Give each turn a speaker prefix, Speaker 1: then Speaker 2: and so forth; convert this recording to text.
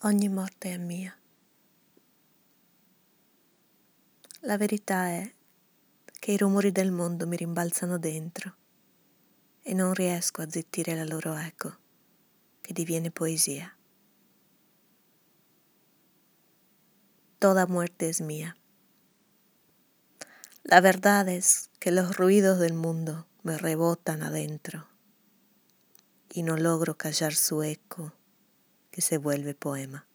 Speaker 1: Ogni morte è mia. La verità è che i rumori del mondo mi rimbalzano dentro e non riesco a zittire la loro eco, che diviene poesia. Toda muerte es mía. La verdad es que los ruidos del mundo me rebotan adentro y no logro callar su eco que se vuelve poema.